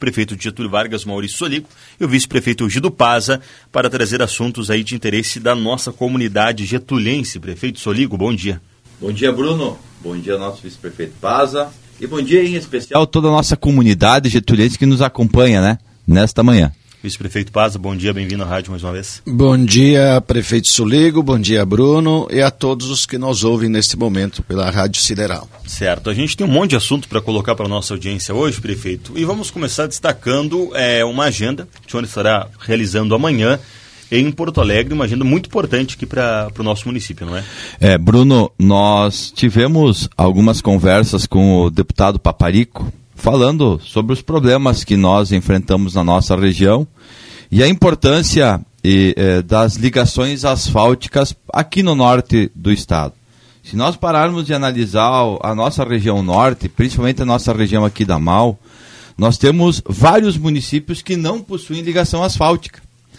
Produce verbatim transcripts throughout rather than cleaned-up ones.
prefeito Getúlio Vargas, Maurício Soligo, e o vice-prefeito Gido Paza, para trazer assuntos aí de interesse da nossa comunidade getulhense. Prefeito Soligo, bom dia. Bom dia, Bruno. Bom dia, nosso vice-prefeito Paza. E bom dia em especial toda a nossa comunidade getulhense que nos acompanha, né, nesta manhã. Vice-prefeito Paza, bom dia, bem-vindo à rádio mais uma vez. Bom dia, prefeito Soligo, bom dia, Bruno, e a todos os que nos ouvem neste momento pela Rádio Sideral. Certo, a gente tem um monte de assunto para colocar para a nossa audiência hoje, prefeito, e vamos começar destacando é, uma agenda que o senhor estará realizando amanhã em Porto Alegre, uma agenda muito importante aqui para o nosso município, não é? É, Bruno, nós tivemos algumas conversas com o deputado Paparico, falando sobre os problemas que nós enfrentamos na nossa região e a importância e, eh, das ligações asfálticas aqui no norte do estado. Se nós pararmos de analisar a nossa região norte, principalmente a nossa região aqui da Mal, nós temos vários municípios que não possuem ligação asfáltica.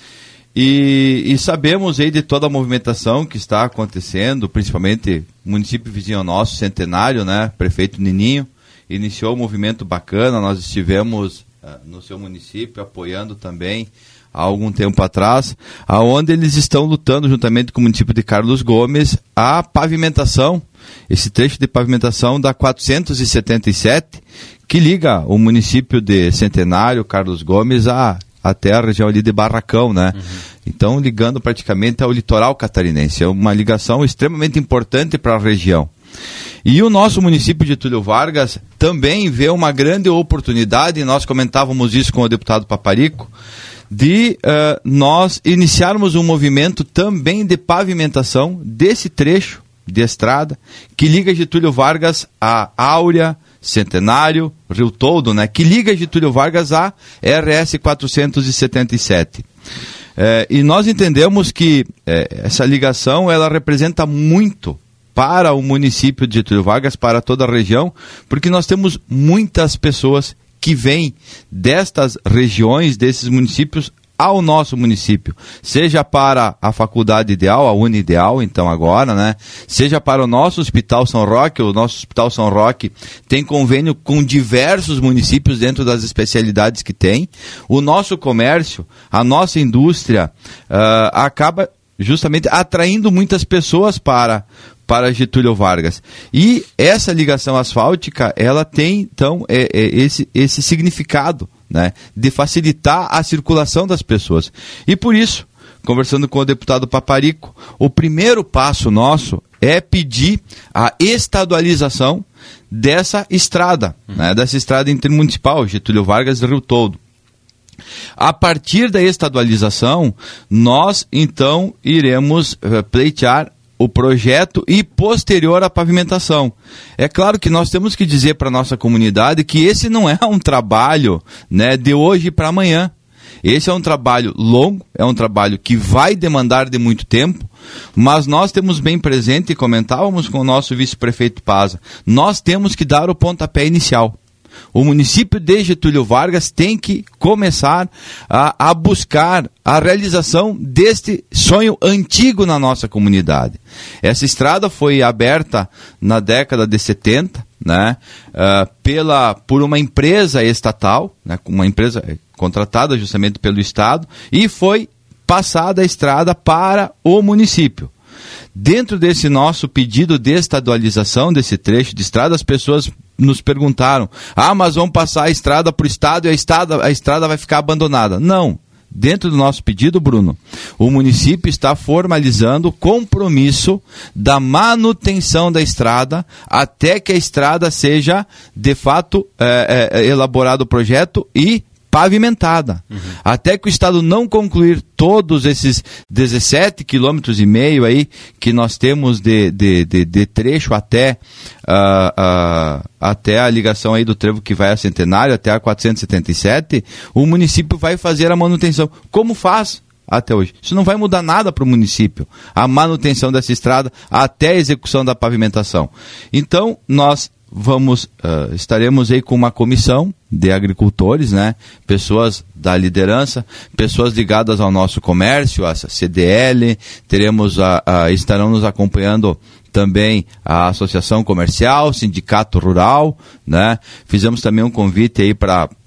E, e sabemos aí de toda a movimentação que está acontecendo, principalmente o município vizinho nosso, Centenário, né, prefeito Nininho, iniciou um movimento bacana, nós estivemos uh, no seu município apoiando também há algum tempo atrás, aonde eles estão lutando juntamente com o município de Carlos Gomes a pavimentação, esse trecho de pavimentação da quatrocentos e setenta e sete, que liga o município de Centenário, Carlos Gomes, a, até a região ali de Barracão, né? Uhum. Então, ligando praticamente ao litoral catarinense. É uma ligação extremamente importante para a região. E o nosso município de Getúlio Vargas também vê uma grande oportunidade, e nós comentávamos isso com o deputado Paparico, de uh, nós iniciarmos um movimento também de pavimentação desse trecho de estrada que liga Getúlio Vargas a Áurea, Centenário, Rio Toldo, né, que liga Getúlio Vargas a R S quatrocentos e setenta e sete. É, e nós entendemos que é, essa ligação ela representa muito para o município de Getúlio Vargas, para toda a região, porque nós temos muitas pessoas que vêm destas regiões, desses municípios, ao nosso município, seja para a Faculdade Ideal, a Unideal, então agora, né, seja para o nosso Hospital São Roque. O nosso Hospital São Roque tem convênio com diversos municípios dentro das especialidades que tem. O nosso comércio, a nossa indústria, uh, acaba justamente atraindo muitas pessoas para para Getúlio Vargas. E essa ligação asfáltica, ela tem, então, é, é esse, esse significado, né, de facilitar a circulação das pessoas. E por isso, conversando com o deputado Paparico, o primeiro passo nosso é pedir a estadualização dessa estrada, uhum. né, dessa estrada intermunicipal, Getúlio Vargas e Rio Toldo. A partir da estadualização, nós, então, iremos uh, pleitear o projeto e posterior à pavimentação. É claro que nós temos que dizer para a nossa comunidade que esse não é um trabalho, né, de hoje para amanhã. Esse é um trabalho longo, é um trabalho que vai demandar de muito tempo, mas nós temos bem presente, e comentávamos com o nosso vice-prefeito Paza, nós temos que dar o pontapé inicial. O município de Getúlio Vargas tem que começar a, a buscar a realização deste sonho antigo na nossa comunidade. Essa estrada foi aberta na década de setenta, né, uh, pela, por uma empresa estatal, né, uma empresa contratada justamente pelo Estado, e foi passada a estrada para o município. Dentro desse nosso pedido de estadualização desse trecho de estrada, as pessoas nos perguntaram, ah, mas vamos passar a estrada para o Estado e a estrada, a estrada vai ficar abandonada. Não. Dentro do nosso pedido, Bruno, o município está formalizando o compromisso da manutenção da estrada até que a estrada seja, de fato, é, é, elaborado o projeto e pavimentada. Uhum. Até que o Estado não concluir todos esses dezessete quilômetros e meio aí que nós temos de, de, de, de trecho até, uh, uh, até a ligação aí do trevo que vai a Centenário, até a quatrocentos e setenta e sete, o município vai fazer a manutenção. Como faz até hoje? Isso não vai mudar nada para o município, a manutenção dessa estrada até a execução da pavimentação. Então, nós vamos, uh, estaremos aí com uma comissão de agricultores, né? Pessoas da liderança, pessoas ligadas ao nosso comércio, a C D L, teremos a, a, estarão nos acompanhando também a Associação Comercial, Sindicato Rural, né? Fizemos também um convite aí para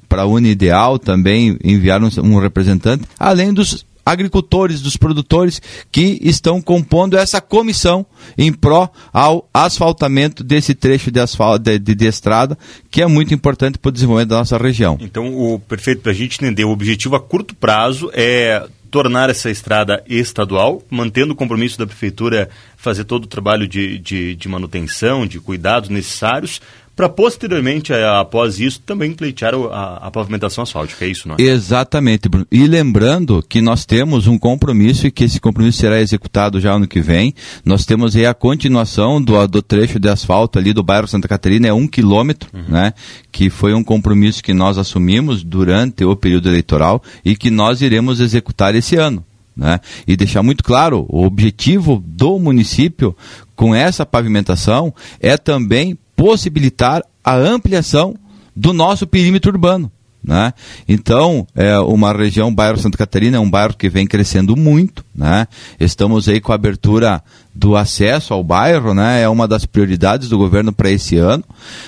para a Unideal também enviar um, um representante, além dos agricultores, dos produtores que estão compondo essa comissão em pró ao asfaltamento desse trecho de, asfalto, de, de, de estrada, que é muito importante para o desenvolvimento da nossa região. Então, o perfeito, para a gente entender, o objetivo a curto prazo é tornar essa estrada estadual, mantendo o compromisso da Prefeitura fazer todo o trabalho de, de, de manutenção, de cuidados necessários, para posteriormente, após isso, também pleitear a, a pavimentação asfáltica, é isso, não é? Exatamente, Bruno. E lembrando que nós temos um compromisso e que esse compromisso será executado já ano que vem. Nós temos aí a continuação do, do trecho de asfalto ali do bairro Santa Catarina, é um quilômetro, uhum. né? Que foi um compromisso que nós assumimos durante o período eleitoral e que nós iremos executar esse ano. Né? E deixar muito claro, o objetivo do município com essa pavimentação é também possibilitar a ampliação do nosso perímetro urbano. Né? Então, é uma região, o bairro Santa Catarina é um bairro que vem crescendo muito, né? Estamos aí com a abertura do acesso ao bairro, né? É uma das prioridades do governo para esse ano,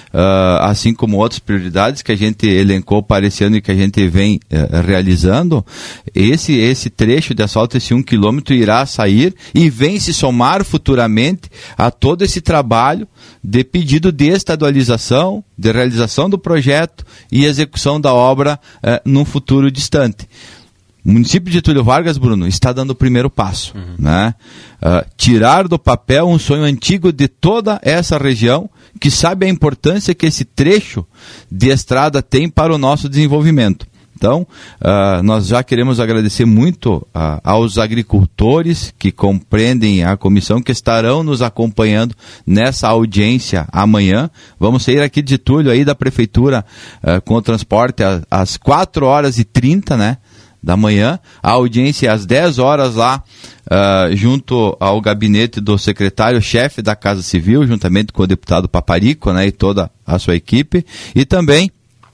uh, assim como outras prioridades que a gente elencou para esse ano e que a gente vem uh, realizando. Esse, esse trecho de asfalto, esse um quilômetro, irá sair e vem se somar futuramente a todo esse trabalho de pedido de estadualização, de realização do projeto e execução da obra uh, num futuro distante. O município de Getúlio Vargas, Bruno, está dando o primeiro passo. Uhum. Né? Uh, tirar do papel um sonho antigo de toda essa região, que sabe a importância que esse trecho de estrada tem para o nosso desenvolvimento. Então, uh, nós já queremos agradecer muito uh, aos agricultores que compreendem a comissão, que estarão nos acompanhando nessa audiência amanhã. Vamos sair aqui de Getúlio, aí da Prefeitura, uh, com o transporte às, às quatro horas e trinta, né? Da manhã, a audiência é às dez horas lá, uh, junto ao gabinete do secretário-chefe da Casa Civil, juntamente com o deputado Paparico, né, e toda a sua equipe. E também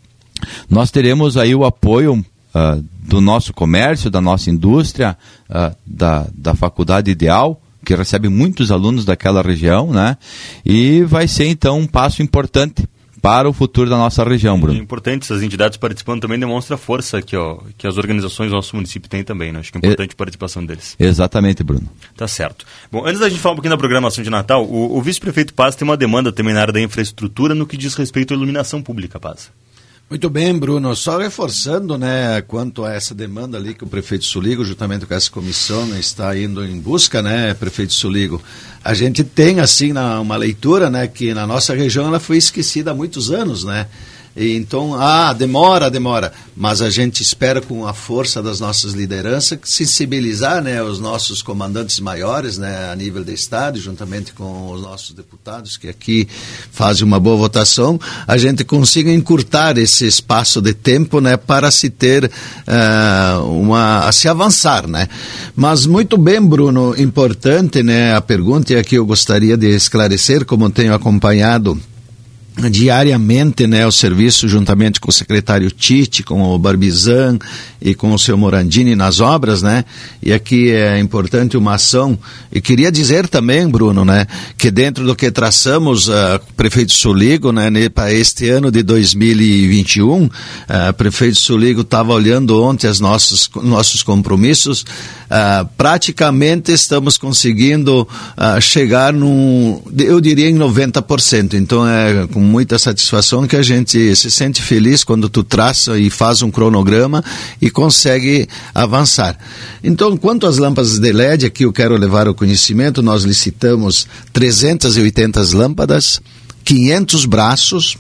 nós teremos aí o apoio uh, do nosso comércio, da nossa indústria, uh, da, da Faculdade Ideal, que recebe muitos alunos daquela região, né? E vai ser então um passo importante para o futuro da nossa região, Bruno. É importante, essas entidades participando também demonstra a força que, ó, que as organizações do nosso município têm também, né? Acho que é importante é, a participação deles. Exatamente, Bruno. Tá certo. Bom, antes da gente falar um pouquinho da programação de Natal, o, o vice-prefeito Paz tem uma demanda também na área da infraestrutura no que diz respeito à iluminação pública, Paz. Muito bem, Bruno. Só reforçando, né, quanto a essa demanda ali que o prefeito Soligo, juntamente com essa comissão, né, está indo em busca, né, prefeito Soligo. A gente tem, assim, na, uma leitura, né, que na nossa região ela foi esquecida há muitos anos, né? E então, ah, demora, demora, mas a gente espera com a força das nossas lideranças sensibilizar, né, os nossos comandantes maiores, né, a nível do estado, juntamente com os nossos deputados que aqui fazem uma boa votação, a gente consiga encurtar esse espaço de tempo, né, para se ter uh, uma, a se avançar, né. Mas muito bem, Bruno, importante, né, a pergunta e aqui eu gostaria de esclarecer, como tenho acompanhado diariamente, né, o serviço juntamente com o secretário Tite, com o Barbizan e com o seu Morandini nas obras, né, e aqui é importante uma ação, e queria dizer também, Bruno, né, que dentro do que traçamos, uh, prefeito Soligo, né, para este ano de dois mil e vinte e um, uh, prefeito Soligo estava olhando ontem os nossos, nossos compromissos, uh, praticamente estamos conseguindo uh, chegar num, eu diria em noventa por cento, então é com muita satisfação que a gente se sente feliz quando tu traça e faz um cronograma e consegue avançar. Então, quanto às lâmpadas de L E D, aqui eu quero levar ao conhecimento, nós licitamos trezentas e oitenta lâmpadas, quinhentos braços,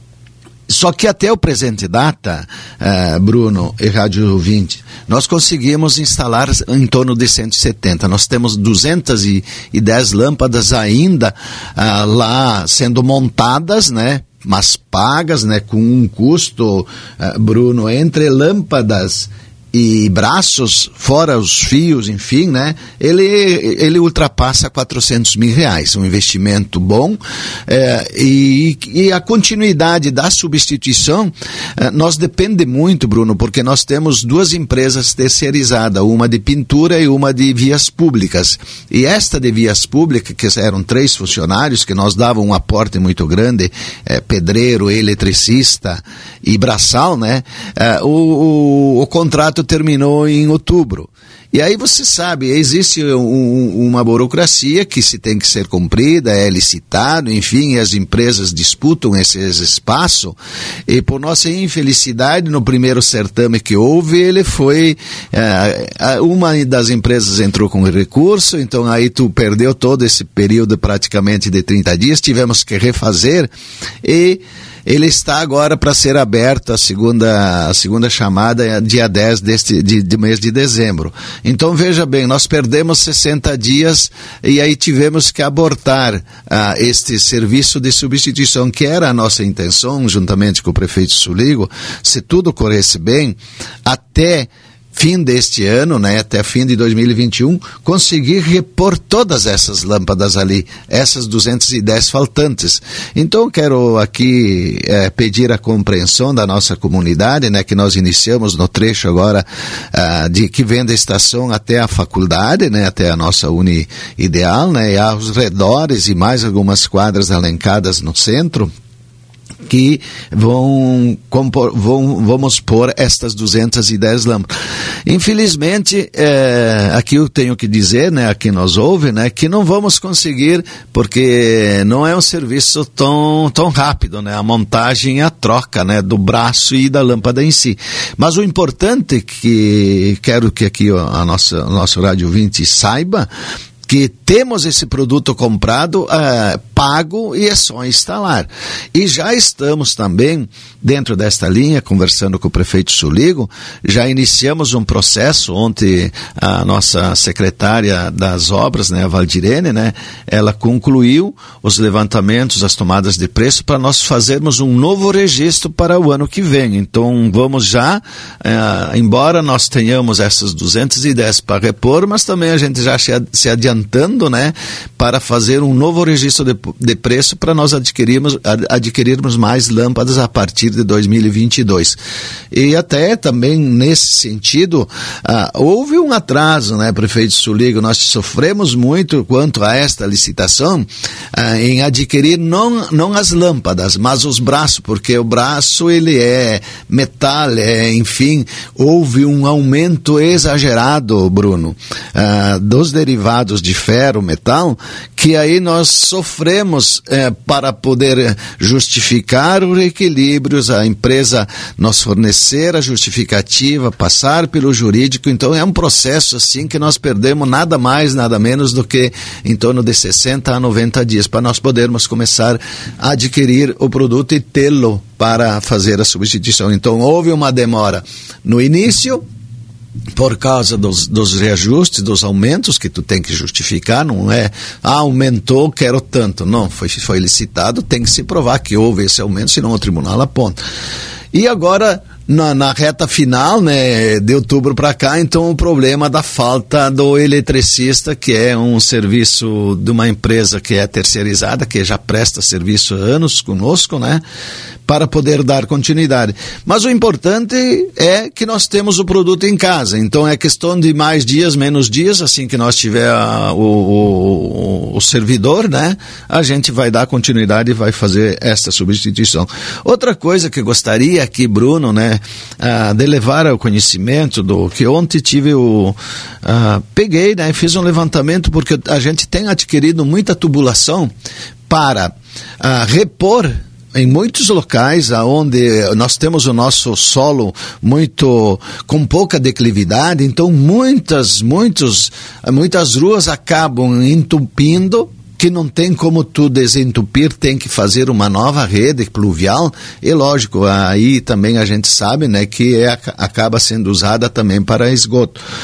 só que até o presente data, uh, Bruno e Rádio ouvinte, nós conseguimos instalar em torno de cento e setenta. Nós temos duzentas e dez lâmpadas ainda uh, lá sendo montadas, né? Mas pagas, né? Com um custo, uh, Bruno, entre lâmpadas e braços, fora os fios, enfim, né? Ele, ele ultrapassa quatrocentos mil reais, um investimento bom, é, e, e a continuidade da substituição, é, nós depende muito, Bruno, porque nós temos duas empresas terceirizadas, uma de pintura e uma de vias públicas, e esta de vias públicas, que eram três funcionários, que nós davam um aporte muito grande, é, pedreiro, eletricista e braçal, né? É, o, o, o contrato terminou em outubro. E aí você sabe, existe um, uma burocracia que se tem que ser cumprida, é licitado, enfim, as empresas disputam esse, esse espaço, e por nossa infelicidade, no primeiro certame que houve, ele foi, é, uma das empresas entrou com recurso, então aí tu perdeu todo esse período praticamente de trinta dias, tivemos que refazer, e ele está agora para ser aberto a segunda, a segunda chamada, dia dez deste, de, de mês de dezembro. Então, veja bem, nós perdemos sessenta dias e aí tivemos que abortar ah, este serviço de substituição, que era a nossa intenção, juntamente com o prefeito Soligo, se tudo corresse bem, até fim deste ano, né, até fim de dois mil e vinte e um, conseguir repor todas essas lâmpadas ali, essas duzentas e dez faltantes. Então, quero aqui é, pedir a compreensão da nossa comunidade, né, que nós iniciamos no trecho agora ah, de que vem da estação até a faculdade, né, até a nossa Uni Ideal, né, e aos redores e mais algumas quadras alencadas no centro, que vão, compor, vão vamos pôr estas duzentas e dez lâmpadas. Infelizmente, é, aqui eu tenho que dizer, né, a quem nos ouve, né, que não vamos conseguir, porque não é um serviço tão, tão rápido, né, a montagem e a troca, né, do braço e da lâmpada em si. Mas o importante que quero que aqui a nossa, o nosso rádio ouvinte saiba, que temos esse produto comprado, uh, pago, e é só instalar. E já estamos também, dentro desta linha, conversando com o prefeito Soligo, já iniciamos um processo, ontem a nossa secretária das obras, né, a Valdirene, né, ela concluiu os levantamentos, as tomadas de preço, para nós fazermos um novo registro para o ano que vem. Então, vamos já, uh, embora nós tenhamos essas duzentas e dez para repor, mas também a gente já se adiantando, né, para fazer um novo registro de, de preço para nós adquirirmos, ad, adquirirmos mais lâmpadas a partir de dois mil e vinte e dois. E até também nesse sentido, ah, houve um atraso, né, prefeito Soligo, nós sofremos muito quanto a esta licitação ah, em adquirir não, não as lâmpadas, mas os braços, porque o braço ele é metal, é, enfim, houve um aumento exagerado, Bruno, ah, dos derivados de ferro, metal, que aí nós sofremos eh, para poder justificar os equilíbrios, a empresa nos fornecer a justificativa, passar pelo jurídico. Então é um processo assim que nós perdemos nada mais, nada menos do que em torno de sessenta a noventa dias para nós podermos começar a adquirir o produto e tê-lo para fazer a substituição. Então houve uma demora no início, por causa dos, dos reajustes, dos aumentos que tu tem que justificar, não é, ah, aumentou, quero tanto. Não, foi, foi licitado, tem que se provar que houve esse aumento, senão o tribunal aponta. E agora, na, na reta final, né, de outubro para cá, então o problema da falta do eletricista, que é um serviço de uma empresa que é terceirizada, que já presta serviço há anos conosco, né, para poder dar continuidade. Mas o importante é que nós temos o produto em casa, então é questão de mais dias, menos dias, assim que nós tiver a, o, o, o servidor, né, a gente vai dar continuidade e vai fazer esta substituição. Outra coisa que gostaria aqui, Bruno, né, ah, de levar ao conhecimento do que ontem tive o... Ah, peguei, né, fiz um levantamento, porque a gente tem adquirido muita tubulação para ah, repor em muitos locais onde nós temos o nosso solo muito com pouca declividade, então muitas, muitos, muitas ruas acabam entupindo, que não tem como tu desentupir, tem que fazer uma nova rede pluvial, e lógico, aí também a gente sabe, né, que é, acaba sendo usada também para esgoto.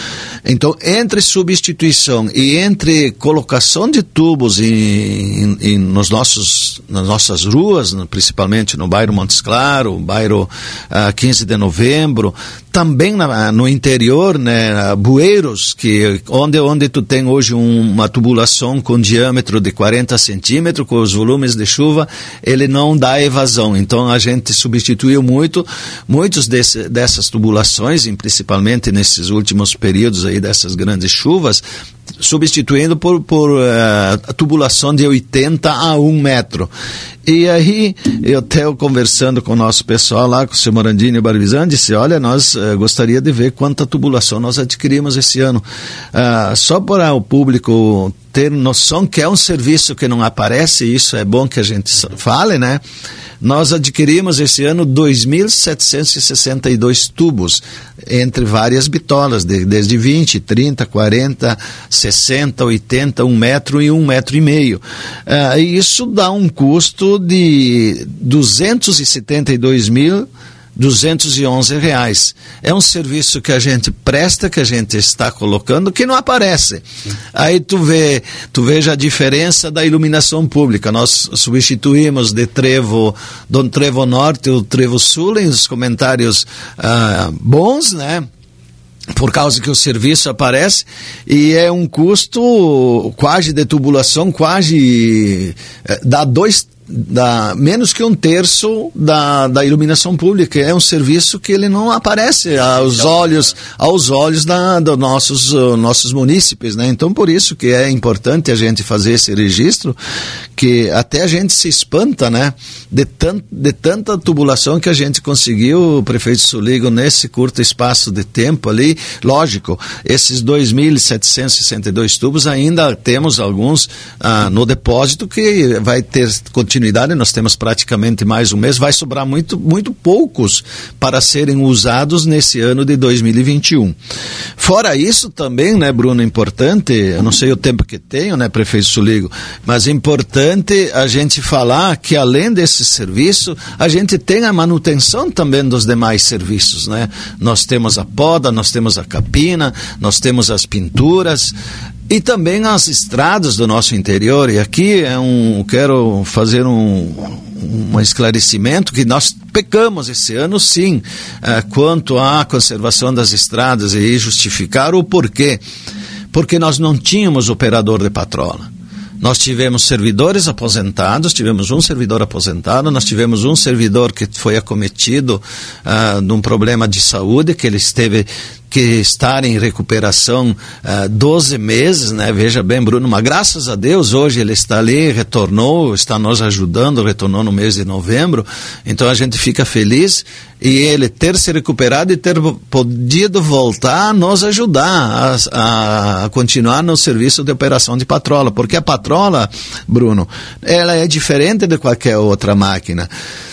Então, entre substituição e entre colocação de tubos em, em, em, nos nossos, nas nossas ruas, principalmente no bairro Montes Claros, bairro uh, quinze de novembro, também na, no interior, né, bueiros, que, onde, onde tu tem hoje um, uma tubulação com diâmetro de quarenta centímetros, com os volumes de chuva, ele não dá evasão. Então a gente substituiu muito, muitos desse, dessas tubulações, principalmente nesses últimos períodos aí dessas grandes chuvas, substituindo por, por uh, tubulação de oitenta a um metro. E aí, eu até conversando com o nosso pessoal lá, com o seu Morandini e o Barbizan, disse, olha, nós uh, gostaria de ver quanta tubulação nós adquirimos esse ano. Uh, só para o público ter noção que é um serviço que não aparece, isso é bom que a gente fale, né? Nós adquirimos esse ano dois mil setecentos e sessenta e dois tubos, entre várias bitolas, de, desde vinte, trinta, quarenta, sessenta, oitenta, um metro e um metro e meio. Uh, e isso dá um custo de duzentos e setenta e dois mil duzentos e onze reais. É um serviço que a gente presta, que a gente está colocando, que não aparece. Sim. Aí tu vê, tu veja a diferença da iluminação pública. Nós substituímos de trevo, do trevo norte o trevo sul, em os comentários ah, bons, né? Por causa que o serviço aparece, e é um custo quase de tubulação, quase eh, dá dois Da, menos que um terço da, da iluminação pública. É um serviço que ele não aparece aos olhos, aos olhos da, dos nossos, uh, nossos munícipes, né? Então, por isso que é importante a gente fazer esse registro, que até a gente se espanta, né? De, tant, de tanta tubulação que a gente conseguiu, prefeito Soligo, nesse curto espaço de tempo ali. Lógico, esses dois mil setecentos e sessenta e dois tubos, ainda temos alguns uh, no depósito que vai ter continuidade. Nós temos praticamente mais um mês, vai sobrar muito, muito poucos para serem usados nesse ano de dois mil e vinte e um. Fora isso também, né, Bruno, importante, eu não sei o tempo que tenho, né, prefeito Soligo, mas é importante a gente falar que além desse serviço, a gente tem a manutenção também dos demais serviços, né? Nós temos a poda, nós temos a capina, nós temos as pinturas, e também as estradas do nosso interior. E aqui é um, quero fazer um, um esclarecimento que nós pecamos esse ano, sim, uh, quanto à conservação das estradas, e justificar o porquê. Porque nós não tínhamos operador de patrola. Nós tivemos servidores aposentados, tivemos um servidor aposentado, nós tivemos um servidor que foi acometido uh, de um problema de saúde, que ele esteve que estar em recuperação uh, doze meses, né? Veja bem, Bruno, mas graças a Deus hoje ele está ali, retornou, está nos ajudando, retornou no mês de novembro, então a gente fica feliz, e ele ter se recuperado e ter podido voltar a nos ajudar a, a continuar no serviço de operação de patrola, porque a patrola, Bruno, ela é diferente de qualquer outra máquina.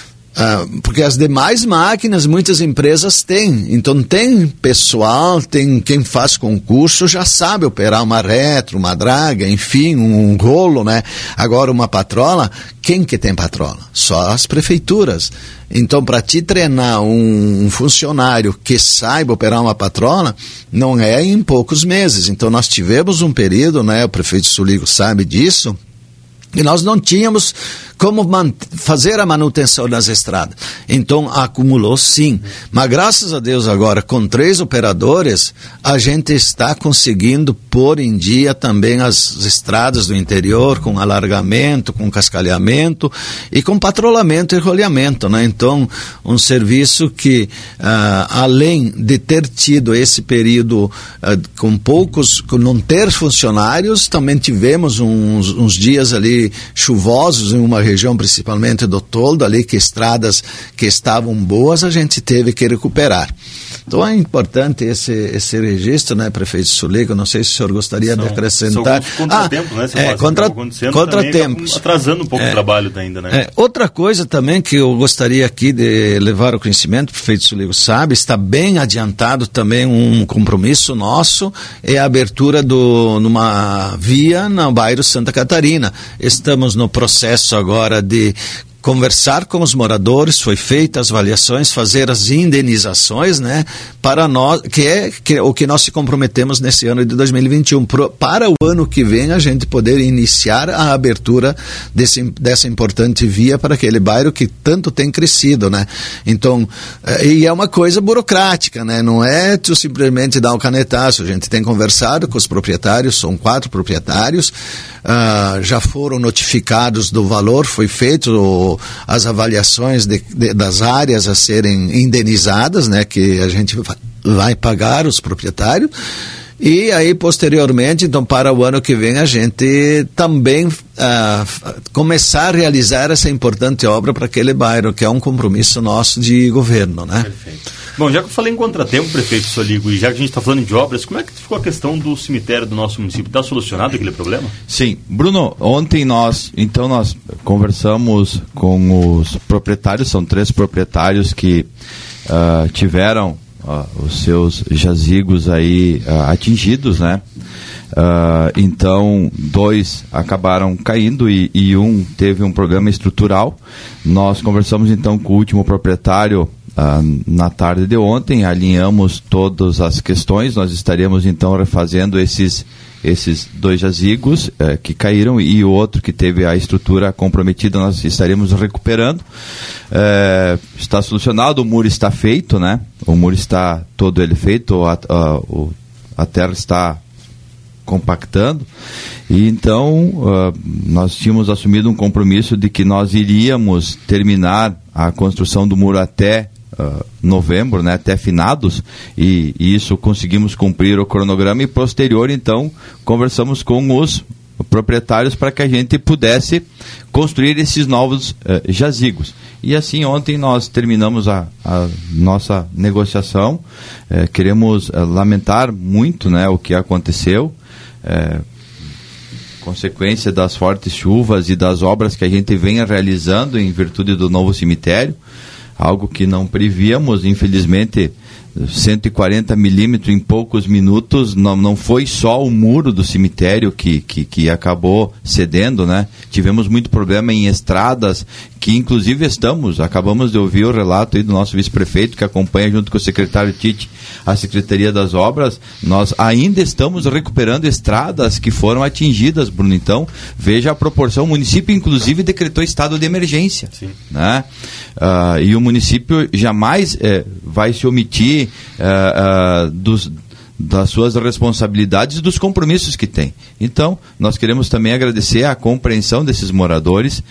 Ah, porque as demais máquinas muitas empresas têm, então tem pessoal, tem quem faz concurso, já sabe operar uma retro, uma draga, enfim, um, um rolo, né? Agora uma patrola, quem que tem patrola? Só as prefeituras. Então, para te treinar um, um funcionário que saiba operar uma patrola, não é em poucos meses. Então nós tivemos um período, né? O prefeito Soligo sabe disso, e nós não tínhamos como fazer a manutenção das estradas. Então, acumulou sim. Mas, graças a Deus, agora, com três operadores, a gente está conseguindo pôr em dia também as estradas do interior, com alargamento, com cascalhamento e com patrulhamento e roleamento, né? Então, um serviço que, ah, além de ter tido esse período ah, com poucos, com não ter funcionários, também tivemos uns, uns dias ali chuvosos em uma região principalmente do Toldo, ali que estradas que estavam boas a gente teve que recuperar. Então é importante esse, esse registro, né, prefeito Soligo? Não sei se o senhor gostaria são, de acrescentar. São contratempos, ah, né? Você é, contra, contratempos. Atrasando um pouco é, o trabalho ainda, né? É, outra coisa também que eu gostaria aqui de levar ao conhecimento, o prefeito Soligo sabe, está bem adiantado também um compromisso nosso, é a abertura do, numa via no bairro Santa Catarina. Estamos no processo agora de conversar com os moradores, foi feitas as avaliações, fazer as indenizações, né, para nós, que é, que é o que nós se comprometemos nesse ano de dois mil e vinte e um, pro, para o ano que vem a gente poder iniciar a abertura desse, dessa importante via para aquele bairro que tanto tem crescido, né. Então, e é uma coisa burocrática, né, não é tu simplesmente dar um canetaço, a gente tem conversado com os proprietários, são quatro proprietários, uh, já foram notificados do valor, foi feito o as avaliações de, de, das áreas a serem indenizadas, né, que a gente vai pagar os proprietários, e aí posteriormente, então para o ano que vem a gente também uh, começar a realizar essa importante obra para aquele bairro, que é um compromisso nosso de governo, né? Perfeito. Bom, já que eu falei em contratempo, prefeito Soligo, e já que a gente está falando de obras, como é que ficou a questão do cemitério do nosso município? Está solucionado aquele problema? Sim. Bruno, ontem nós, então nós conversamos com os proprietários, são três proprietários que uh, tiveram uh, os seus jazigos aí uh, atingidos, né? Uh, então, dois acabaram caindo e, e um teve um problema estrutural. Nós conversamos então com o último proprietário Uh, na tarde de ontem, alinhamos todas as questões, nós estaremos então refazendo esses, esses dois jazigos uh, que caíram e o outro que teve a estrutura comprometida, nós estaremos recuperando. Uh, está solucionado, o muro está feito, né? O muro está todo ele feito, a, a, o, a terra está compactando, e então uh, nós tínhamos assumido um compromisso de que nós iríamos terminar a construção do muro até Uh, novembro, né, até finados, e, e isso conseguimos cumprir o cronograma, e posterior então conversamos com os proprietários para que a gente pudesse construir esses novos uh, jazigos. E assim ontem nós terminamos a, a nossa negociação. Uh, queremos uh, lamentar muito, né, o que aconteceu, uh, consequência das fortes chuvas e das obras que a gente vem realizando em virtude do novo cemitério, algo que não prevíamos, infelizmente. Cento e quarenta milímetros em poucos minutos, não, não foi só o muro do cemitério que, que, que acabou cedendo, né? Tivemos muito problema em estradas, que inclusive estamos, acabamos de ouvir o relato aí do nosso vice-prefeito, que acompanha junto com o secretário Tite a Secretaria das Obras. Nós ainda estamos recuperando estradas que foram atingidas, Bruno. Então, veja a proporção, o município inclusive decretou estado de emergência. Sim. Né? Uh, e o município jamais eh, vai se omitir Uh, uh, dos, das suas responsabilidades e dos compromissos que tem. Então, nós queremos também agradecer a compreensão desses moradores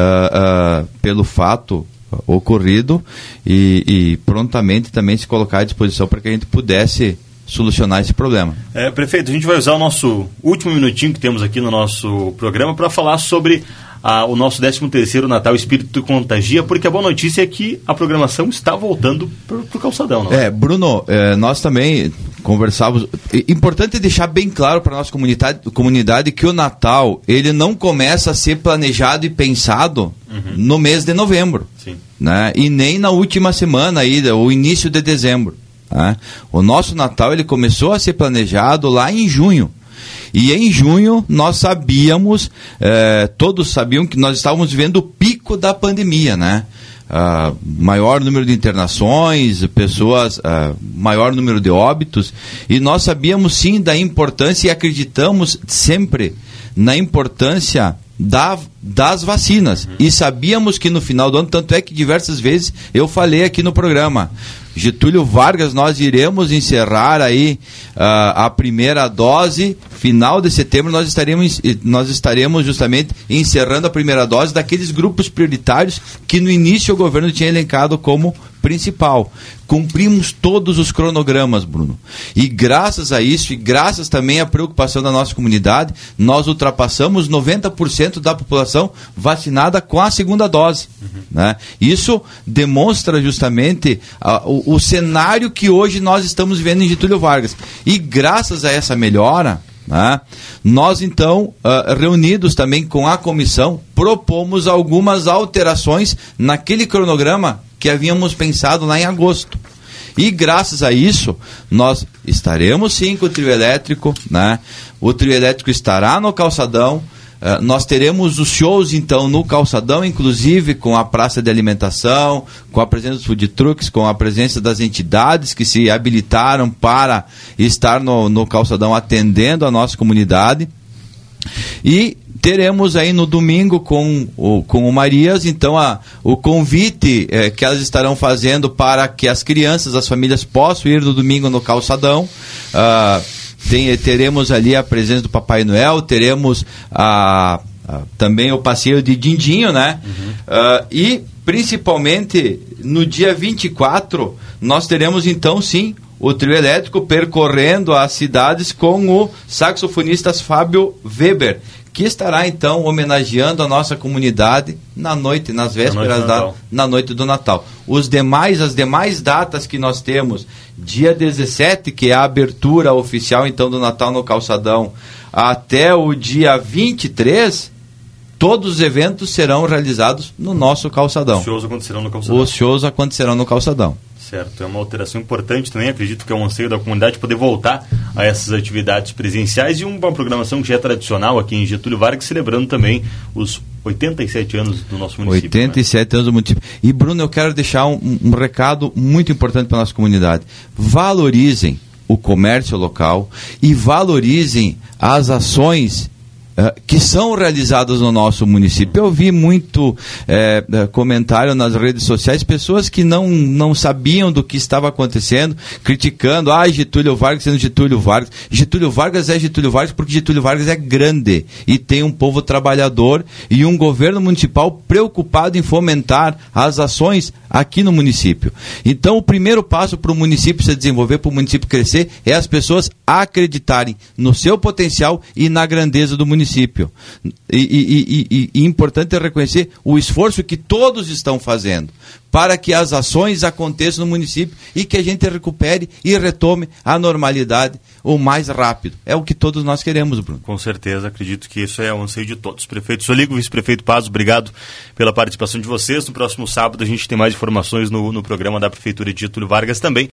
uh, uh, pelo fato ocorrido e, e prontamente também se colocar à disposição para que a gente pudesse solucionar esse problema. É, prefeito, a gente vai usar o nosso último minutinho que temos aqui no nosso programa para falar sobre a, o nosso décimo terceiro Natal Espírito Contagia, porque a boa notícia é que a programação está voltando para o calçadão, não é? É, Bruno, é, nós também conversávamos. Importante deixar bem claro para a nossa comunidade, comunidade que o Natal ele não começa a ser planejado e pensado uhum. no mês de novembro. Sim. Né? E nem na última semana aí, o início de dezembro. Né? O nosso Natal ele começou a ser planejado lá em junho. E em junho nós sabíamos, eh, todos sabiam que nós estávamos vivendo o pico da pandemia, né? Uh, maior número de internações, pessoas, uh, maior número de óbitos, e nós sabíamos sim da importância e acreditamos sempre na importância da, das vacinas. Uhum. E sabíamos que no final do ano, tanto é que diversas vezes eu falei aqui no programa, Getúlio Vargas, nós iremos encerrar aí uh, a primeira dose, final de setembro nós estaremos, nós estaremos justamente encerrando a primeira dose daqueles grupos prioritários que no início o governo tinha elencado como principal. Cumprimos todos os cronogramas, Bruno. E graças a isso, e graças também à preocupação da nossa comunidade, nós ultrapassamos noventa por cento da população vacinada com a segunda dose. Uhum. Né? Isso demonstra justamente uh, o, o cenário que hoje nós estamos vivendo em Getúlio Vargas. E graças a essa melhora, né, nós então, uh, reunidos também com a comissão, propomos algumas alterações naquele cronograma que havíamos pensado lá em agosto. E graças a isso, nós estaremos sim com o trio elétrico, né? O trio elétrico estará no calçadão, Uh, nós teremos os shows, então, no calçadão, inclusive com a praça de alimentação, com a presença dos food trucks, com a presença das entidades que se habilitaram para estar no, no calçadão atendendo a nossa comunidade. E teremos aí no domingo com o, com o Marias, então, a, o convite eh, que elas estarão fazendo para que as crianças, as famílias possam ir no domingo no calçadão. Uh, tem, teremos ali a presença do Papai Noel, teremos a, a, também o passeio de Dindinho, né? Uhum. Uh, e principalmente no dia vinte e quatro nós teremos então sim o trio elétrico percorrendo as cidades com o saxofonista Fábio Weber, que estará então homenageando a nossa comunidade na noite, nas vésperas da na noite do Natal. Os demais, as demais datas que nós temos, dia dezessete, que é a abertura oficial então do Natal no Calçadão, até o dia vinte e três, todos os eventos serão realizados no nosso calçadão. Os shows acontecerão no calçadão. Os shows acontecerão no calçadão. Certo, é uma alteração importante também, acredito que é um anseio da comunidade poder voltar a essas atividades presenciais e uma programação que já é tradicional aqui em Getúlio Vargas, celebrando também os oitenta e sete anos do nosso município. oitenta e sete né? anos do município. E Bruno, eu quero deixar um, um recado muito importante para a nossa comunidade. Valorizem o comércio local e valorizem as ações Uh, que são realizadas no nosso município. Eu vi muito é, comentário nas redes sociais, pessoas que não, não sabiam do que estava acontecendo, criticando, ah, Getúlio Vargas sendo Getúlio Vargas. Getúlio Vargas é Getúlio Vargas porque Getúlio Vargas é grande e tem um povo trabalhador e um governo municipal preocupado em fomentar as ações aqui no município. Então, o primeiro passo para o município se desenvolver, para o município crescer, é as pessoas acreditarem no seu potencial e na grandeza do município. município. E, e, e, e importante é reconhecer o esforço que todos estão fazendo para que as ações aconteçam no município e que a gente recupere e retome a normalidade o mais rápido. É o que todos nós queremos, Bruno. Com certeza, acredito que isso é o anseio de todos. Prefeito Soligo, vice-prefeito Paz, obrigado pela participação de vocês. No próximo sábado a gente tem mais informações no, no programa da Prefeitura de Getúlio Vargas também.